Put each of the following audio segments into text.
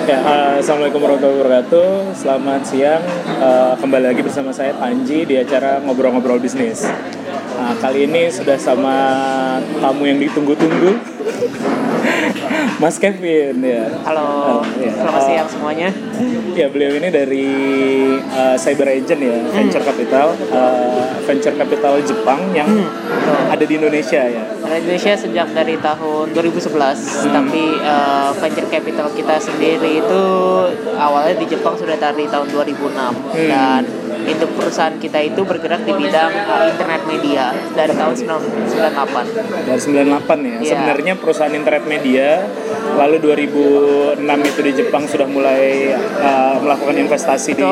Ya, Assalamualaikum warahmatullahi wabarakatuh. Selamat siang. Kembali lagi bersama saya Panji di acara ngobrol-ngobrol bisnis. Kali ini sudah sama tamu yang ditunggu-tunggu, Mas Kevin. Ya. Halo, selamat siang semuanya. Ya, beliau ini dari Cyber Agent ya, venture capital Jepang yang ada di Indonesia ya. Ada di Indonesia sejak dari tahun 2011, tapi venture capital kita sendiri itu awalnya di Jepang sudah dari tahun 2006 dan itu perusahaan kita itu bergerak di bidang internet media dari tahun 1998. Dari 98 ya. Sebenarnya perusahaan internet media, lalu 2006 itu di Jepang sudah mulai melakukan investasi di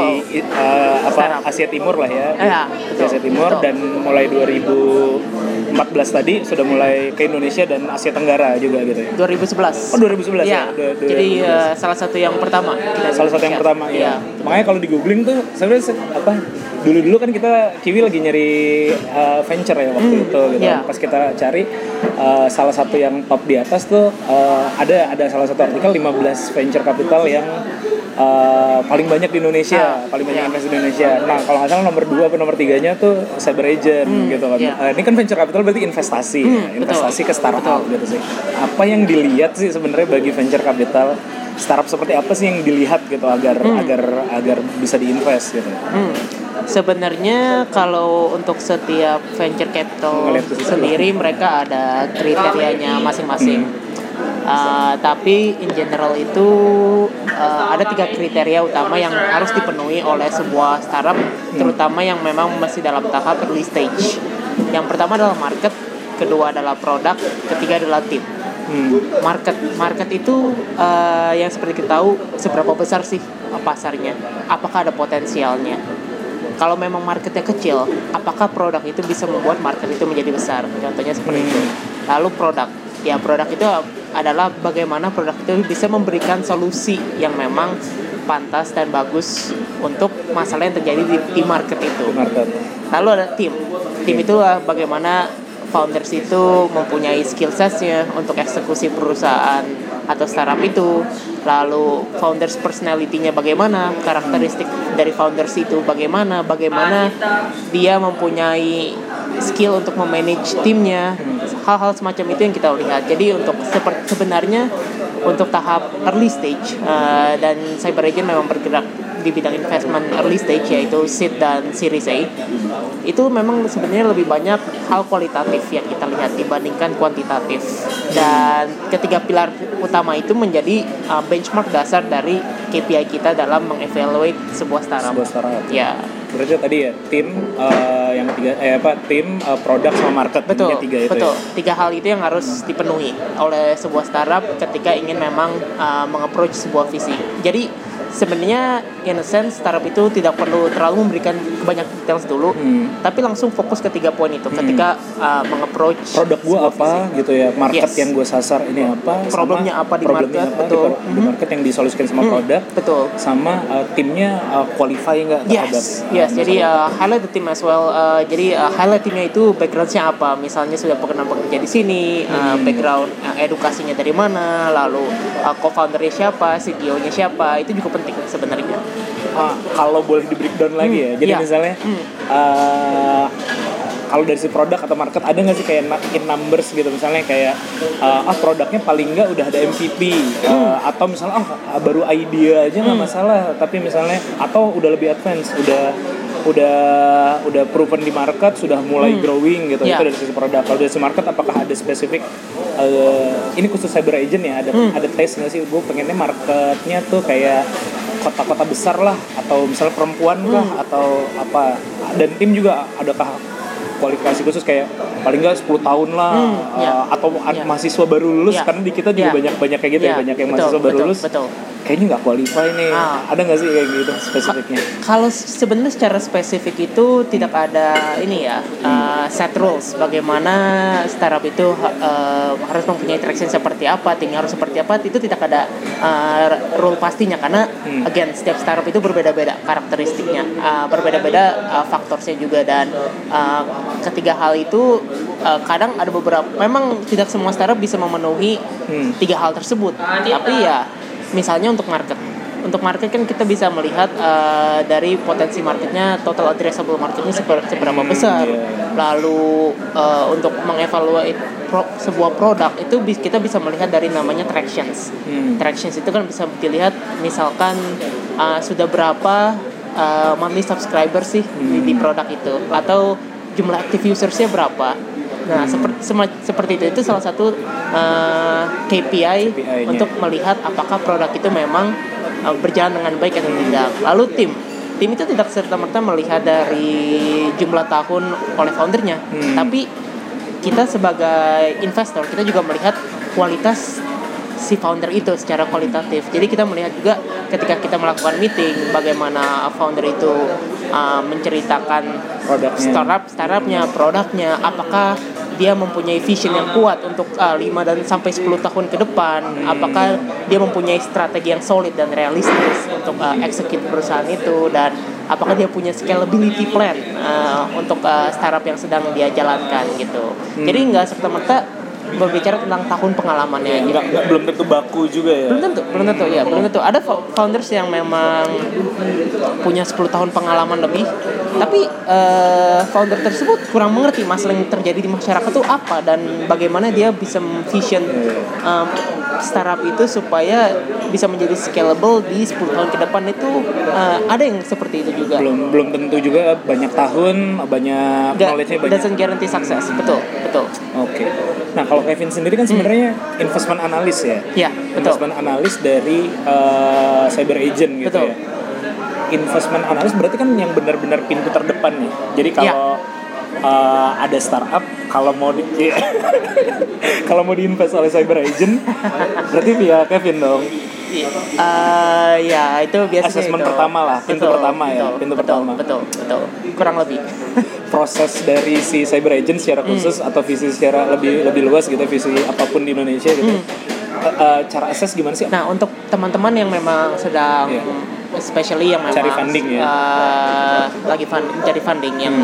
Asia Timur lah ya. Asia Timur, dan mulai 2014 tadi sudah mulai ke Indonesia dan Asia Tenggara juga gitu ya. 2011. Oh, 2011 ya. Jadi salah satu yang pertama. Yang pertama ya. Makanya kalau di googling tuh sebenarnya dulu kan kita Kiwi lagi nyari venture ya waktu itu gitu. Pas kita cari salah satu yang top di atas tuh ada salah satu artikel 15 venture capital yang paling banyak di Indonesia, paling banyak invest di Indonesia. Nah, kalau nggak salah nomor 2 atau nomor 3-nya tuh Cyber Agent gitu kan. Ini kan venture capital berarti investasi ke startup gitu sih. Apa yang dilihat sih sebenarnya bagi venture capital? Startup seperti apa sih yang dilihat gitu agar bisa diinvest gitu? Sebenarnya kalau untuk setiap venture capital sendiri mereka ada kriterianya masing-masing. Tapi in general itu ada 3 kriteria utama yang harus dipenuhi oleh sebuah startup, terutama yang memang masih dalam tahap early stage. Yang pertama adalah market, kedua adalah produk, ketiga adalah tim. Market itu yang seperti kita tahu seberapa besar sih pasarnya, apakah ada potensialnya. Kalau memang marketnya kecil, apakah produk itu bisa membuat market itu menjadi besar? Contohnya seperti itu. Lalu produk itu adalah bagaimana produk itu bisa memberikan solusi yang memang pantas dan bagus untuk masalah yang terjadi di market itu. Lalu ada tim itu bagaimana founders itu mempunyai skill set-nya untuk eksekusi perusahaan atau startup itu. Lalu founders personality-nya bagaimana, karakteristik dari founders itu bagaimana dia mempunyai skill untuk memanage timnya. Hal-hal semacam itu yang kita lihat. Jadi untuk sebenarnya untuk tahap early stage dan Cyber Agent memang bergerak di bidang investment early stage, yaitu seed dan series A, itu memang sebenarnya lebih banyak hal kualitatif yang kita lihat dibandingkan kuantitatif. Dan ketiga pilar utama itu menjadi benchmark dasar dari KPI kita dalam mengevaluate sebuah startup. Ya. Berarti tadi ya tim yang ketiga tim, produk sama market. Betul. Itu betul. Ya? 3 hal itu yang harus dipenuhi oleh sebuah startup ketika ingin memang meng-approach sebuah visi. Jadi sebenarnya in a sense startup itu tidak perlu terlalu memberikan banyak details dulu, tapi langsung fokus ke 3 poin itu ketika meng-approach produk gue apa visi. Gitu ya, market yang gue sasar ini apa, problemnya apa di market, betul. Di market yang disolusikan sama produk, betul. Sama timnya qualify nggak terhadap jadi highlight the team as well. Jadi highlight timnya itu backgroundnya apa, misalnya sudah pernah bekerja di sini, background edukasinya dari mana, lalu co-foundernya siapa, CTO-nya siapa, itu juga penting sebenarnya. Kalau boleh di breakdown lagi ya, jadi misalnya kalau dari si produk atau market ada nggak sih kayak in numbers gitu, misalnya kayak produknya paling nggak udah ada MVP, atau misalnya baru idea aja nggak masalah, tapi misalnya atau udah lebih advance, udah proven di market, sudah mulai growing gitu. Itu dari sisi produk. Kalau dari sisi market apakah ada spesifik ini khusus Cyber Agent ya, ada taste nggak sih, gue pengennya marketnya tuh kayak kota-kota besar lah, atau misalnya perempuan kah, atau apa, dan tim juga adakah kualifikasi khusus kayak paling nggak 10 tahun lah, atau mahasiswa baru lulus, karena di kita juga banyak kayak gitu ya, banyak yang mahasiswa baru lulus kayaknya nggak qualify nih. Ada nggak sih kayak gitu spesifiknya? Kalau sebenarnya secara spesifik itu tidak ada ini ya, set rules bagaimana startup itu harus mempunyai traction seperti apa, timnya harus seperti apa, itu tidak ada rule pastinya, karena again setiap startup itu berbeda-beda karakteristiknya, berbeda-beda faktornya juga, dan ketiga hal itu kadang ada beberapa, memang tidak semua startup bisa memenuhi 3 hal tersebut, tapi ya misalnya untuk market. Untuk market kan kita bisa melihat dari potensi marketnya, total addressable marketnya seberapa besar. Lalu untuk mengevaluasi sebuah produk itu kita bisa melihat dari namanya tractions. Tractions itu kan bisa dilihat misalkan sudah berapa monthly subscriber sih di produk itu, atau jumlah active usersnya berapa. Nah, seperti itu salah satu KPI untuk melihat apakah produk itu memang berjalan dengan baik atau tidak. Lalu tim itu tidak serta-merta melihat dari jumlah tahun oleh foundernya, tapi kita sebagai investor kita juga melihat kualitas si founder itu secara kualitatif. Jadi kita melihat juga ketika kita melakukan meeting bagaimana founder itu menceritakan startupnya, produknya, apakah dia mempunyai vision yang kuat untuk 5 dan sampai 10 tahun ke depan, apakah dia mempunyai strategi yang solid dan realistis untuk execute perusahaan itu, dan apakah dia punya scalability plan untuk startup yang sedang dia jalankan gitu. Jadi nggak serta-merta berbicara tentang tahun pengalamannya aja. Belum tentu baku juga ya. Belum tentu. Ada founders yang memang punya 10 tahun pengalaman lebih, tapi founder tersebut kurang mengerti masalah yang terjadi di masyarakat itu apa dan bagaimana dia bisa vision startup itu supaya bisa menjadi scalable di 10 tahun ke depan itu. Ada yang seperti itu juga. Belum tentu juga banyak tahun, banyak knowledge-nya banyak. Doesn't guarantee success. Betul. Oke. Nah, kalau Kevin sendiri kan sebenarnya investment analyst ya. Iya, betul. Investment analyst dari cyber agent gitu. Betul. Ya. Investment analyst berarti kan yang benar-benar pintu terdepan nih. Jadi kalau ada startup kalau mau kalau mau diinvest oleh cyber agent berarti via Kevin dong. Ya itu biasanya assessment itu pertama lah, pintu pertama. Betul. Kurang lebih. Proses dari si cyber agent secara khusus atau visi secara lebih luas gitu, visi apapun di Indonesia gitu. Cara assess gimana sih? Nah, untuk teman-teman yang memang sedang especially yang memang cari funding lagi cari funding yang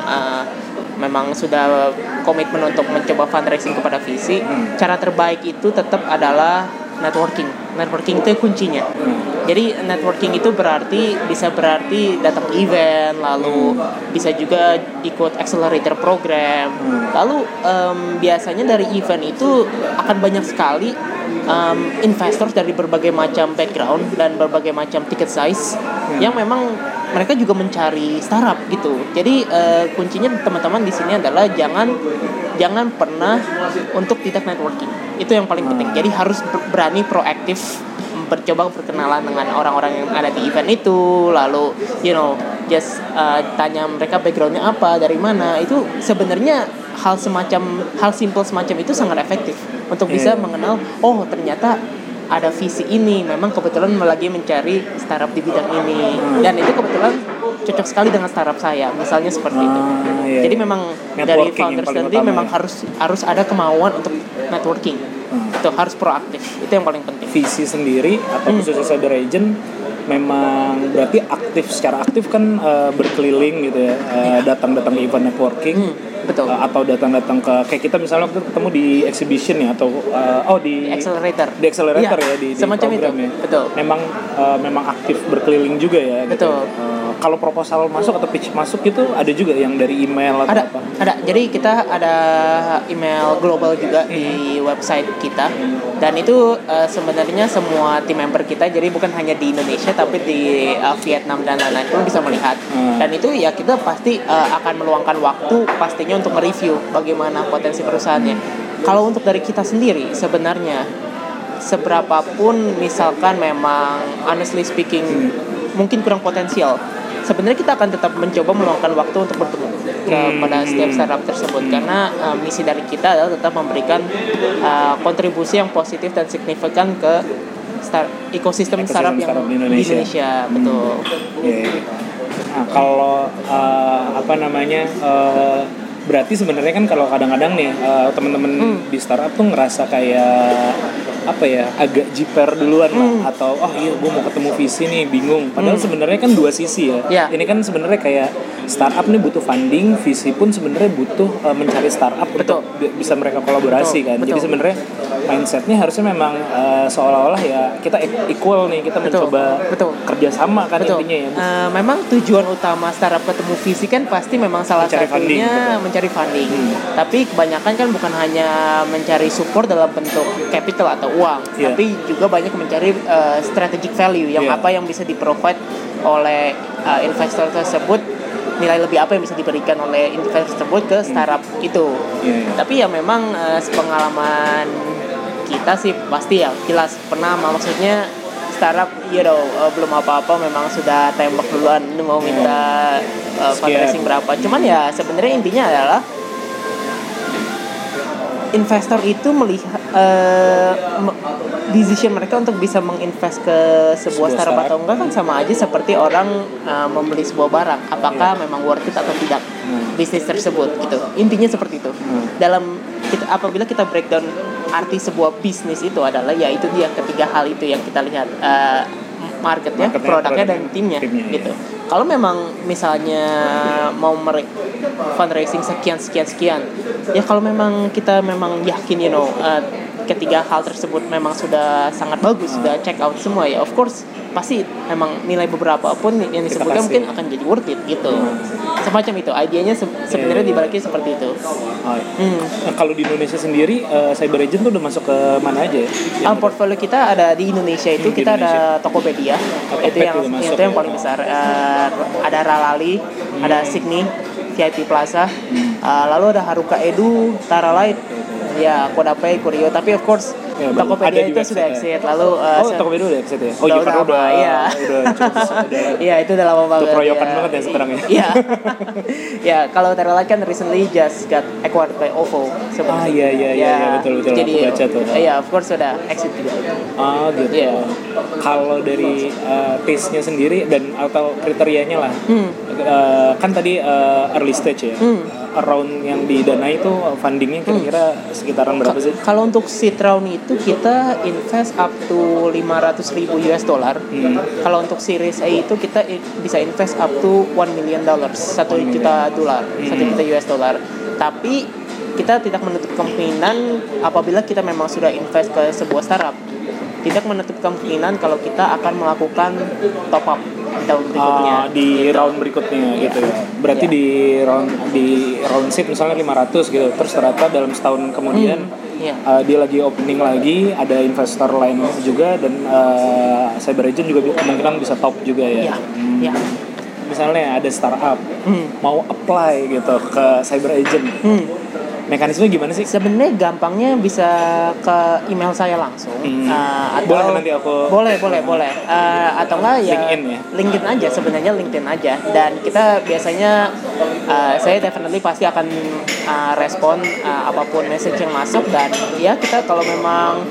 memang sudah komitmen untuk mencoba fundraising kepada visi, cara terbaik itu tetap adalah networking itu kuncinya. Jadi networking itu bisa berarti datang event, lalu bisa juga ikut accelerator program. Lalu biasanya dari event itu akan banyak sekali investor dari berbagai macam background dan berbagai macam ticket size yang memang mereka juga mencari startup gitu. Jadi kuncinya teman-teman di sini adalah jangan pernah untuk tidak networking. Itu yang paling penting. Jadi harus berani proaktif mencoba berkenalan dengan orang-orang yang ada di event itu, lalu just tanya mereka backgroundnya apa, dari mana. Itu sebenarnya hal simple semacam itu sangat efektif untuk bisa mengenal, oh ternyata ada visi ini, memang kebetulan lagi mencari startup di bidang ini, dan itu kebetulan cocok sekali dengan startup saya, misalnya seperti itu. Jadi memang dari founder sendiri memang harus ada kemauan untuk networking. Itu harus proaktif, itu yang paling penting. Visi sendiri atau khususnya cyber agent memang berarti secara aktif kan berkeliling gitu ya, datang-datang ke event networking. Betul. Atau datang-datang ke kayak kita misalnya waktu ketemu di exhibition ya, atau di accelerator ya, di semacam program itu. ya. Betul. Memang aktif berkeliling juga ya. Betul. Gitu. Kalau proposal masuk atau pitch masuk itu ada juga yang dari email atau apa? Ada. Jadi kita ada email global juga di website kita, dan itu sebenarnya semua tim member kita, jadi bukan hanya di Indonesia tapi di Vietnam dan lain-lain pun bisa melihat. Dan itu ya kita pasti akan meluangkan waktu pastinya untuk mereview bagaimana potensi perusahaannya. Kalau untuk dari kita sendiri sebenarnya seberapapun misalkan memang honestly speaking mungkin kurang potensial, sebenarnya kita akan tetap mencoba meluangkan waktu untuk bertemu kepada setiap startup tersebut, karena misi dari kita adalah tetap memberikan kontribusi yang positif dan signifikan ke ekosistem startup yang di Indonesia. Betul. Nah, kalau berarti sebenarnya kan kalau kadang-kadang nih teman-teman di startup tuh ngerasa kayak agak jiper duluan lah, atau gue mau ketemu visi nih bingung, padahal sebenarnya kan dua sisi ya. Ini kan sebenarnya kayak startup nih butuh funding, visi pun sebenarnya butuh mencari startup untuk bisa mereka kolaborasi kan. Jadi sebenarnya mindsetnya harusnya memang seolah-olah ya kita equal nih, kita mencoba kerjasama kan intinya ya. Memang tujuan utama startup ketemu visi kan pasti memang salah satunya mencari funding. Tapi kebanyakan kan bukan hanya mencari support dalam bentuk capital atau uang, tapi juga banyak mencari strategic value yang apa yang bisa di-provide oleh investor tersebut, nilai lebih apa yang bisa diberikan oleh investor tersebut ke startup itu. Tapi ya memang sepengalaman kita sih pasti ya jelas pernah, maksudnya startup belum apa-apa memang sudah tembak duluan mau minta fundraising berapa. Cuman ya sebenarnya intinya adalah investor itu melihat decision mereka untuk bisa menginvest ke sebuah startup atau enggak kan sama aja seperti orang membeli sebuah barang, apakah memang worth it atau tidak bisnis tersebut gitu. Intinya seperti itu. Apabila kita breakdown arti sebuah bisnis itu adalah ya itu dia ketiga hal itu yang kita lihat, marketnya, produknya dan timnya gitu. Kalau memang misalnya mau fundraising sekian ya kalau memang kita memang yakin ketiga hal tersebut memang sudah sangat bagus, sudah check out semua ya, of course pasti memang nilai beberapa pun yang disebutkan mungkin akan jadi worth it gitu. Semacam itu idenya sebenarnya dibaliknya seperti itu. Nah, kalau di Indonesia sendiri Cyber Agent tuh udah masuk ke mana aja ya? Portfolio kita ada di Indonesia itu kita ada Tokopedia, itu yang paling besar. Ada Ralali, ada Signi, VIP Plaza, lalu ada Haruka Edu, Tara Light, ya Kodapay, Kurio, tapi of course Tokopedia itu sudah exit. Lalu Tokopedia udah exit ya? Udah, iya itu udah lama banget. Itu proyokan banget ya sekarang ya? Iya. Ya, kalau Tara Light kan recently just got acquired by OVO sebenarnya. Iya, betul. Jadi, aku baca tuh. Iya, of course sudah exit juga. Gitu. Yeah. Kalau dari taste-nya sendiri dan atau kriterianya lah. Kan tadi early stage ya. Round yang didanai itu fundingnya kira-kira sekitaran berapa sih? Kalau untuk seed round itu kita invest up to $500,000 US. Kalau untuk series A itu kita bisa invest up to $1 million, $1 juta US. Tapi kita tidak menutup kemungkinan apabila kita memang sudah invest ke sebuah startup, tidak menutup kemungkinan kalau kita akan melakukan top up di round berikutnya gitu ya. Berarti di round seed misalnya 500 gitu. Terus ternyata dalam setahun kemudian dia lagi opening lagi, ada investor lain juga dan Cyber Agent juga kemungkinan bisa top juga ya. Misalnya ada startup mau apply gitu ke Cyber Agent. Mekanisme gimana sih? Sebenarnya gampangnya bisa ke email saya langsung. Atau boleh nanti aku. Boleh. Atau enggak ya LinkedIn aja, sebenarnya LinkedIn aja. Dan kita biasanya saya definitely pasti akan respon apapun message yang masuk, dan ya kita kalau memang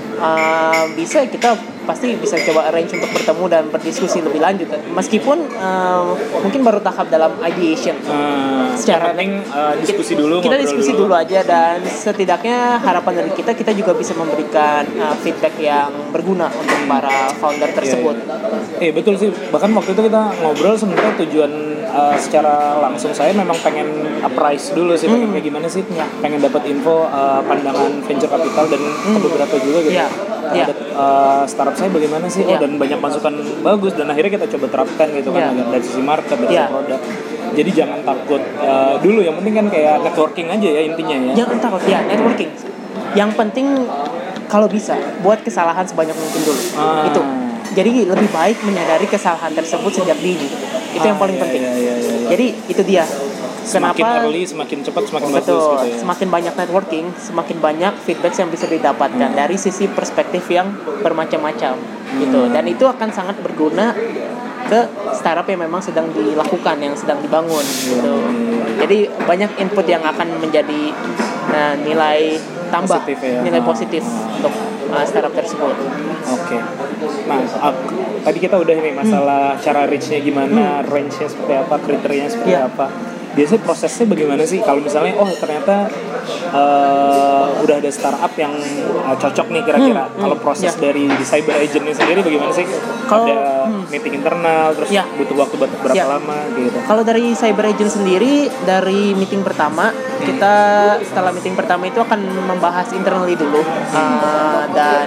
bisa kita pasti bisa coba arrange untuk bertemu dan berdiskusi lebih lanjut, meskipun mungkin baru tahap dalam ideation. Secara penting diskusi dulu, kita diskusi dulu aja, dan setidaknya harapan dari kita juga bisa memberikan feedback yang berguna untuk para founder tersebut. Betul sih, bahkan waktu itu kita ngobrol sebenarnya tujuan secara langsung saya memang pengen appraise dulu sih, pengen kayak gimana sih, pengen dapat info pandangan venture capital dan beberapa juga gitu. Startup saya bagaimana sih, dan banyak masukan bagus, dan akhirnya kita coba terapkan gitu kan, dari sisi market, dari sisi produk. Jadi jangan takut dulu, yang penting kan kayak networking aja ya intinya ya. Jangan takut networking. Yang penting kalau bisa buat kesalahan sebanyak mungkin dulu. Itu. Jadi lebih baik menyadari kesalahan tersebut sejak dini. Itu yang paling penting. Jadi itu dia. Semakin early, semakin cepat, semakin bagus gitu ya. Semakin banyak networking, semakin banyak feedback yang bisa didapatkan dari sisi perspektif yang bermacam-macam gitu. Dan itu akan sangat berguna ke startup yang memang sedang dilakukan, yang sedang dibangun gitu. Jadi banyak input yang akan menjadi nilai tambah, nilai positif untuk startup tersebut. Oke. Nah, tadi kita udah nih masalah cara reach-nya gimana, range-nya seperti apa, kriterianya seperti apa. Biasanya prosesnya bagaimana sih? Kalau misalnya ternyata udah ada startup yang cocok nih kira-kira. Kalau proses dari cyber agentnya sendiri bagaimana sih? Ada meeting internal, terus butuh waktu berapa lama gitu? Kalau dari cyber agent sendiri, dari meeting pertama kita setelah meeting pertama itu akan membahas internally dulu dan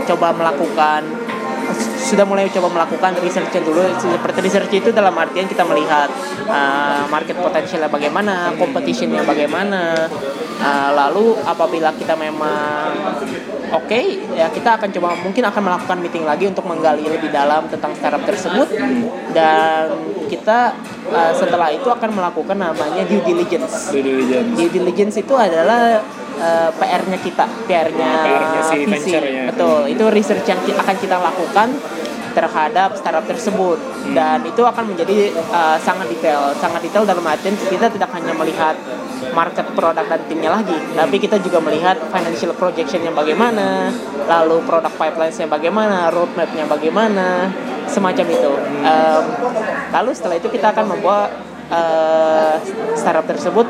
sudah mulai coba melakukan research dulu. Seperti research itu dalam artian kita melihat market potensialnya bagaimana, competitionnya bagaimana, lalu apabila kita memang oke, ya kita akan mungkin akan melakukan meeting lagi untuk menggali lebih dalam tentang startup tersebut, dan kita setelah itu akan melakukan namanya due diligence. Due diligence itu adalah PR-nya si venture-nya. Betul, itu research yang akan kita lakukan terhadap startup tersebut, dan itu akan menjadi sangat detail dalam artian kita tidak hanya melihat market, produk dan timnya lagi, tapi kita juga melihat financial projection-nya bagaimana, lalu product pipelines-nya bagaimana, roadmap-nya bagaimana, semacam itu. Lalu setelah itu kita akan membawa startup tersebut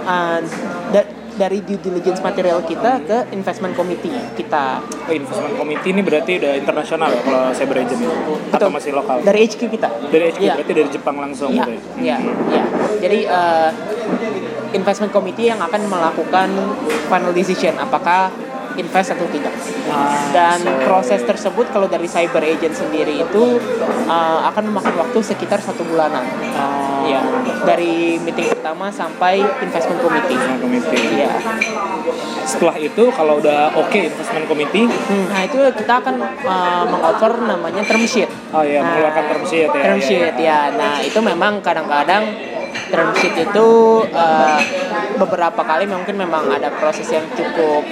dari due diligence material kita ke investment committee kita. Investment committee ini berarti udah internasional ya kalau cyber agent itu? Atau masih lokal? Dari HQ kita. Dari HQ berarti dari Jepang langsung gitu ya? Iya. Jadi investment committee yang akan melakukan final decision apakah invest atau tidak. Dan proses tersebut kalau dari cyber agent sendiri itu akan memakan waktu sekitar 1 bulanan. Ya, dari meeting pertama sampai investment committee. Iya. Setelah itu kalau udah investment committee, nah itu kita akan mengoffer namanya term sheet. Mengeluarkan term sheet ya. Term sheet ya. Nah, itu memang kadang-kadang term sheet itu beberapa kali mungkin memang ada proses yang cukup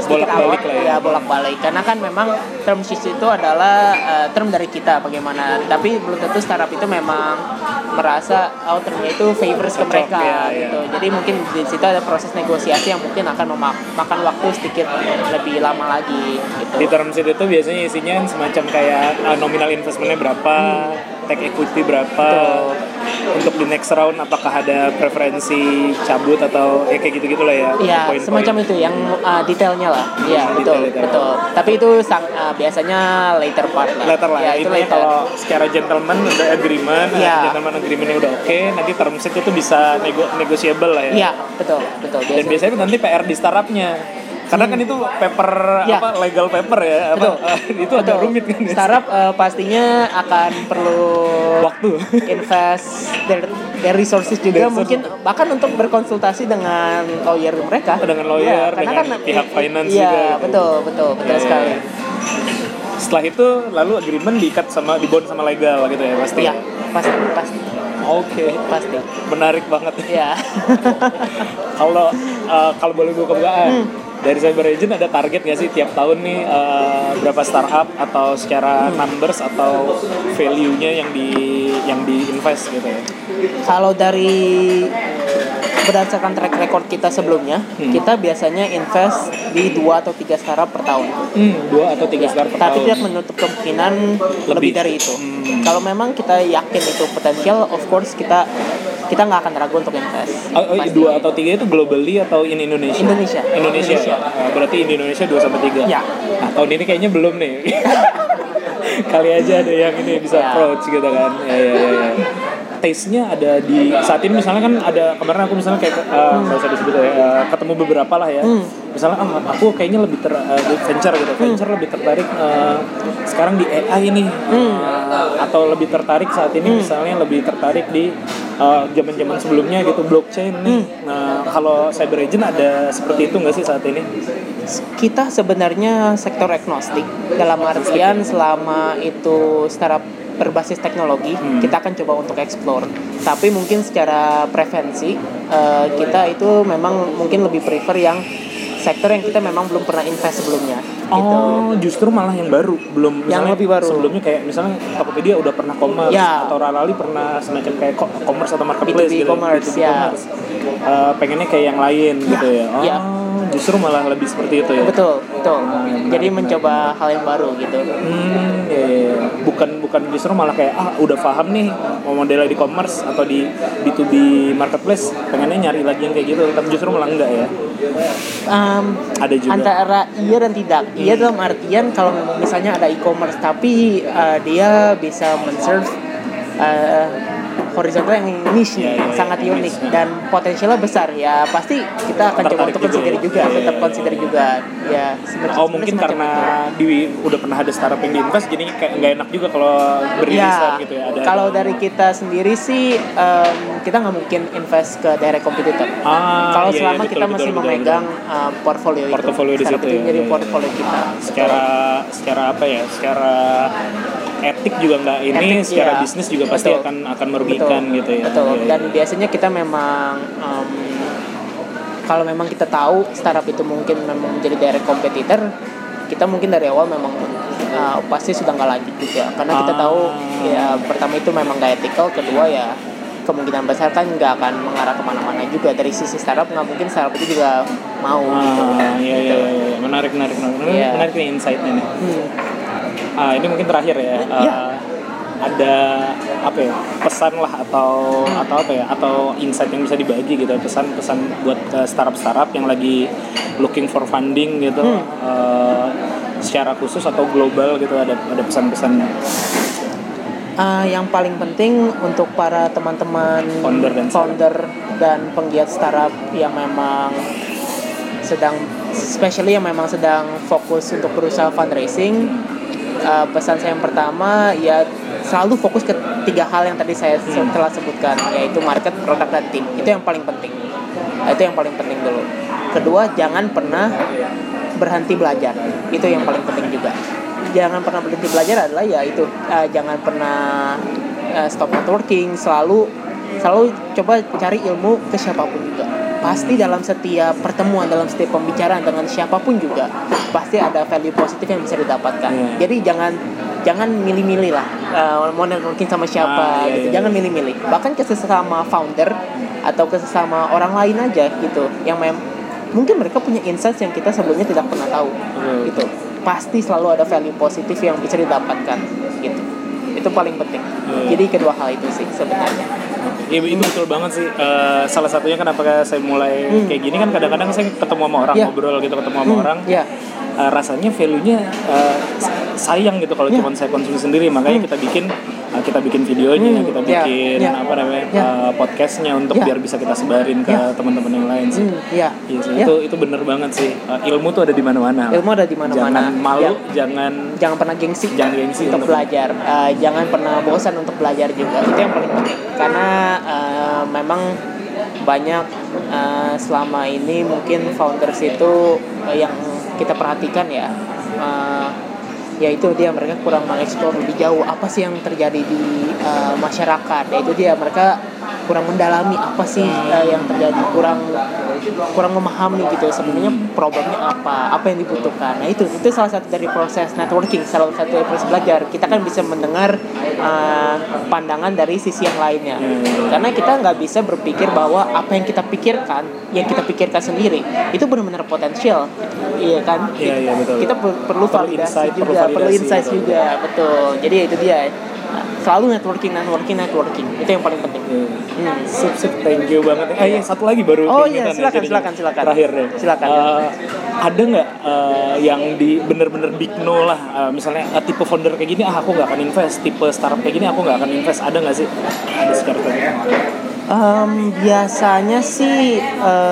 bolak-balik karena kan memang term sheet itu adalah term dari kita bagaimana, tapi belum tentu startup itu memang merasa termnya itu favors ke mereka gitu. Jadi mungkin di situ ada proses negosiasi yang mungkin akan memakan waktu sedikit lebih lama lagi gitu. Di term sheet itu biasanya isinya semacam kayak nominal investmentnya berapa, take equity berapa. Untuk di next round apakah ada preferensi cabut atau kayak gitu-gitu lah ya. Iya, semacam itu yang detailnya lah. Iya, betul. Tapi itu biasanya later part lah. Later lah. Ya, itu kalau secara gentleman udah agreement, gentleman agreementnya udah nanti term sheet itu bisa negotiable lah ya. Iya, betul. Dan biasanya nanti PR di startupnya. Karena kan itu paper legal paper ya, itu agak rumit kan. Startup pastinya akan perlu waktu, invest their resources juga, mungkin bahkan untuk berkonsultasi dengan lawyer mereka. Dengan lawyer, dengan pihak finance juga. Betul sekali. Setelah itu lalu agreement diikat dibond sama legal gitu ya pasti. Iya, pasti. Oke. Pasti. Menarik banget. Iya. Kalau boleh buka-bukaan. Dari cyber agent ada target nggak sih tiap tahun nih berapa startup atau secara numbers atau value-nya yang di invest gitu ya? Kalau dari berdasarkan track record kita sebelumnya, kita biasanya invest di 2 atau 3 startup per tahun. 2 atau 3 startup per tahun. Tapi tidak menutup kemungkinan lebih dari itu. Kalau memang kita yakin itu potensial, of course kita nggak akan ragu untuk invest. 2 atau 3 itu globally atau in Indonesia? Indonesia. Berarti in Indonesia 2 sampai 3. Ya. Nah, tahun ini kayaknya belum nih. Kali aja ada yang ini bisa approach gitu kan. Ya. Taste-nya ada di saat ini misalnya kan ada kemarin aku misalnya kayak nggak usah disebut ya, ketemu beberapa lah ya. Misalnya aku kayaknya lebih di venture gitu. Venture lebih tertarik sekarang di AI nih. Atau lebih tertarik saat ini misalnya lebih tertarik di zaman-zaman sebelumnya gitu, blockchain nih. Nah, kalau cyber agent ada seperti itu nggak sih saat ini? Kita sebenarnya sektor agnostik dalam artian selama itu startup berbasis teknologi, kita akan coba untuk explore. Tapi mungkin secara preferensi kita itu memang mungkin lebih prefer yang sektor yang kita memang belum pernah invest sebelumnya. Gitu. Justru malah yang baru, belum yang lebih baru. Sebelumnya kayak misalnya Tokopedia udah pernah commerce atau Ralali pernah semacam kayak commerce atau marketplace B2B gitu. Commerce, commerce. Pengennya kayak yang lain gitu ya. Justru malah lebih seperti itu ya. Betul. Jadi mencoba hal yang baru gitu. Bukan bukan justru malah kayak udah paham nih mau modelnya di e-commerce atau di B2B marketplace, pengennya nyari lagi yang kayak gitu, tapi justru malah enggak ya. Ada juga antara iya dan tidak. Iya dalam artian kalau memang misalnya ada e-commerce tapi dia bisa men-serve horizontal yang niche sangat unik dan potensialnya besar, ya pasti kita akan coba untuk consider juga, tetap consider juga ya. Mungkin karena udah pernah ada startup yang diinvest, jadi kayak nggak enak juga kalau beririsan gitu ya. Kalau dari kita sendiri sih kita nggak mungkin invest ke direct competitor. Kalau selama kita masih memegang portfolio di situ ya. Jadi portfolio kita. Secara apa ya? Secara etik juga nggak ini, secara bisnis juga pasti akan merugikan gitu ya. Betul. Dan biasanya kita memang kalau memang kita tahu startup itu mungkin memang menjadi direct competitor, kita mungkin dari awal memang pasti sudah nggak lanjut juga, karena kita tahu ya pertama itu memang nggak ethical, kedua ya kemungkinan besar kan nggak akan mengarah kemana-mana juga. Dari sisi startup nggak mungkin startup itu juga mau gitu. Iya. Menarik nih insight-nya nih. Ini mungkin terakhir ya. Ada apa ya, pesan lah atau apa ya, atau insight yang bisa dibagi gitu, pesan buat startup yang lagi looking for funding gitu, secara khusus atau global gitu, ada pesan-pesan. Yang paling penting untuk para teman-teman founder dan penggiat startup yang memang especially yang memang sedang fokus untuk berusaha fundraising, pesan saya yang pertama ya selalu fokus ke 3 hal yang tadi saya telah sebutkan, yaitu market, produk, dan tim. Itu yang paling penting. Itu yang paling penting dulu. Kedua, jangan pernah berhenti belajar. Itu yang paling penting juga. Jangan pernah berhenti belajar adalah ya itu, jangan pernah stop networking. Selalu coba cari ilmu ke siapapun juga. Pasti dalam setiap pertemuan, dalam setiap pembicaraan dengan siapapun juga pasti ada value positif yang bisa didapatkan. Jadi jangan milih-milih lah mau networking sama siapa gitu. Jangan milih-milih. Bahkan ke sesama founder atau ke sesama orang lain aja gitu, yang mungkin mereka punya insights yang kita sebelumnya tidak pernah tahu gitu. Pasti selalu ada value positif yang bisa didapatkan gitu. Itu paling penting. Jadi kedua hal itu sih sebenarnya. Iya, itu betul banget sih. Salah satunya kenapa saya mulai kayak gini kan, kadang-kadang saya ketemu sama orang, ngobrol gitu, ketemu sama orang, rasanya value-nya sayang gitu kalau cuma saya konsumsi sendiri. Makanya kita bikin videonya, kita bikin podcastnya untuk biar bisa kita sebarin ke teman-teman yang lain sih. Itu bener banget sih. Ilmu tuh ada di mana-mana. Jangan malu, jangan pernah gengsi untuk belajar. Jangan pernah bosan untuk belajar juga. Itu yang paling penting. Karena memang banyak selama ini mungkin founders itu yang kita perhatikan ya, yaitu dia mereka kurang mengeksplor lebih jauh apa sih yang terjadi di masyarakat. Yaitu dia mereka kurang mendalami apa sih yang terjadi, kurang memahami gitu sebenarnya problemnya apa yang dibutuhkan. Nah itu salah satu dari proses networking, salah satu dari proses belajar. Kita kan bisa mendengar pandangan dari sisi yang lainnya, karena kita nggak bisa berpikir bahwa apa yang kita pikirkan sendiri itu benar-benar potensial, iya kan? Iya, betul. Kita perlu validasi juga, perlu insight juga, betul. Jadi itu dia. Selalu networking itu yang paling penting. Sip, thank you banget. Satu lagi baru. Silakan. Terakhir deh. Silakan. Ada nggak yang di bener-bener big no lah, misalnya tipe founder kayak gini aku nggak akan invest, tipe startup kayak gini aku nggak akan invest, ada nggak sih? Ada sekarang? Biasanya sih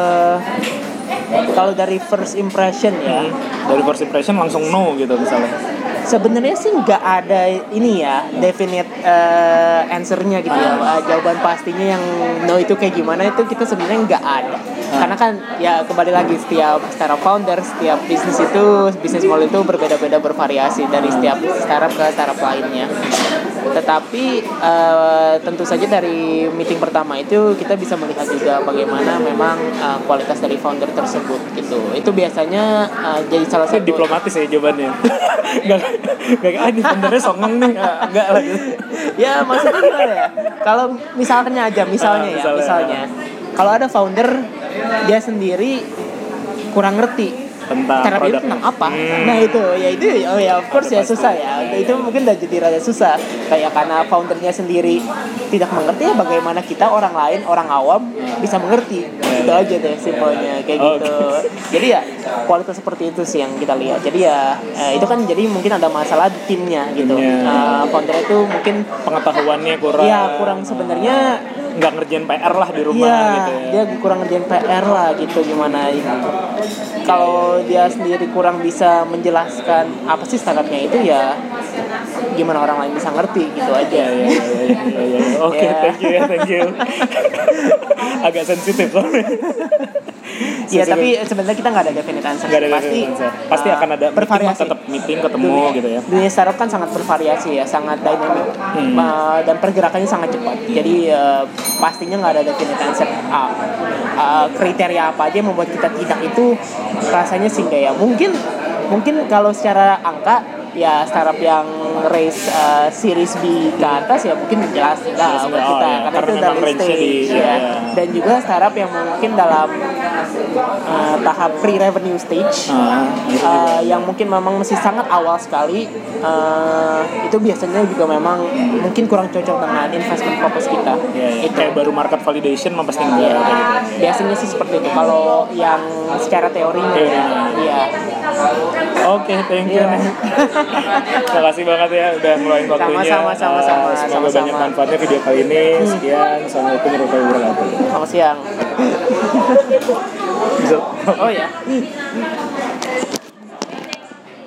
kalau dari first impression dari first impression langsung no gitu misalnya. Sebenarnya sih nggak ada ini ya definite answernya gitu ya, jawaban pastinya yang no itu kayak gimana itu kita sebenarnya nggak ada. Karena kan ya kembali lagi setiap startup founder, setiap bisnis model itu berbeda-beda, bervariasi dari setiap startup ke startup lainnya. Tetapi tentu saja dari meeting pertama itu kita bisa melihat juga bagaimana memang kualitas dari founder tersebut gitu. Itu biasanya jadi salah satu. Diplomatis ya jawabannya. Gak ini foundernya songong nih, enggak lah gitu. Ya maksudnya gimana ya? Kalau misalnya kalau ada founder dia sendiri kurang ngerti tentang cara produk tentang apa. Nah itu oh ya of course ya susah ya. Itu mungkin udah jadi rada susah kayak karena foundernya sendiri tidak mengerti ya bagaimana kita orang lain orang awam bisa mengerti. Itu aja deh simpelnya kayak gitu. Jadi ya kualitas seperti itu sih yang kita lihat. Jadi ya itu kan jadi mungkin ada masalah di timnya gitu. Founder itu mungkin pengetahuannya kurang. Iya kurang sebenarnya nggak ngerjain PR lah di rumah gitu ya. Dia kurang ngerjain PR lah gitu gimana kalau dia sendiri kurang bisa menjelaskan apa sih startupnya itu ya gimana orang lain bisa ngerti gitu aja. Oke, thank you. Agak sensitif soalnya. Iya tapi sebenarnya kita nggak ada definite answer. Pasti akan ada bervariasi. Tetap meeting ketemu gitu ya. Dunia startup kan sangat bervariasi ya, sangat dynamic dan pergerakannya sangat cepat. Jadi pastinya nggak ada definite answer. Kriteria apa aja yang membuat kita tidak itu rasanya sih nggak ya. Mungkin kalau secara angka ya startup yang raise series B ke atas ya mungkin jelas lah buat kita karena itu udah late stage ya. Dan juga startup yang mungkin dalam tahap pre-revenue stage yang mungkin memang masih sangat awal sekali itu biasanya juga memang mungkin kurang cocok dengan investment purpose kita. Itu kayak baru market validation mah pasti enggak gitu. Biasanya sih seperti itu kalau yang secara teorinya ya. Oke, thank you. Terima kasih banget ya udah ngeluarin waktunya. Semoga banyak manfaatnya video kali ini. Sekian, assalamualaikum warahmatullahi wabarakatuh. Selamat siang. Oh ya.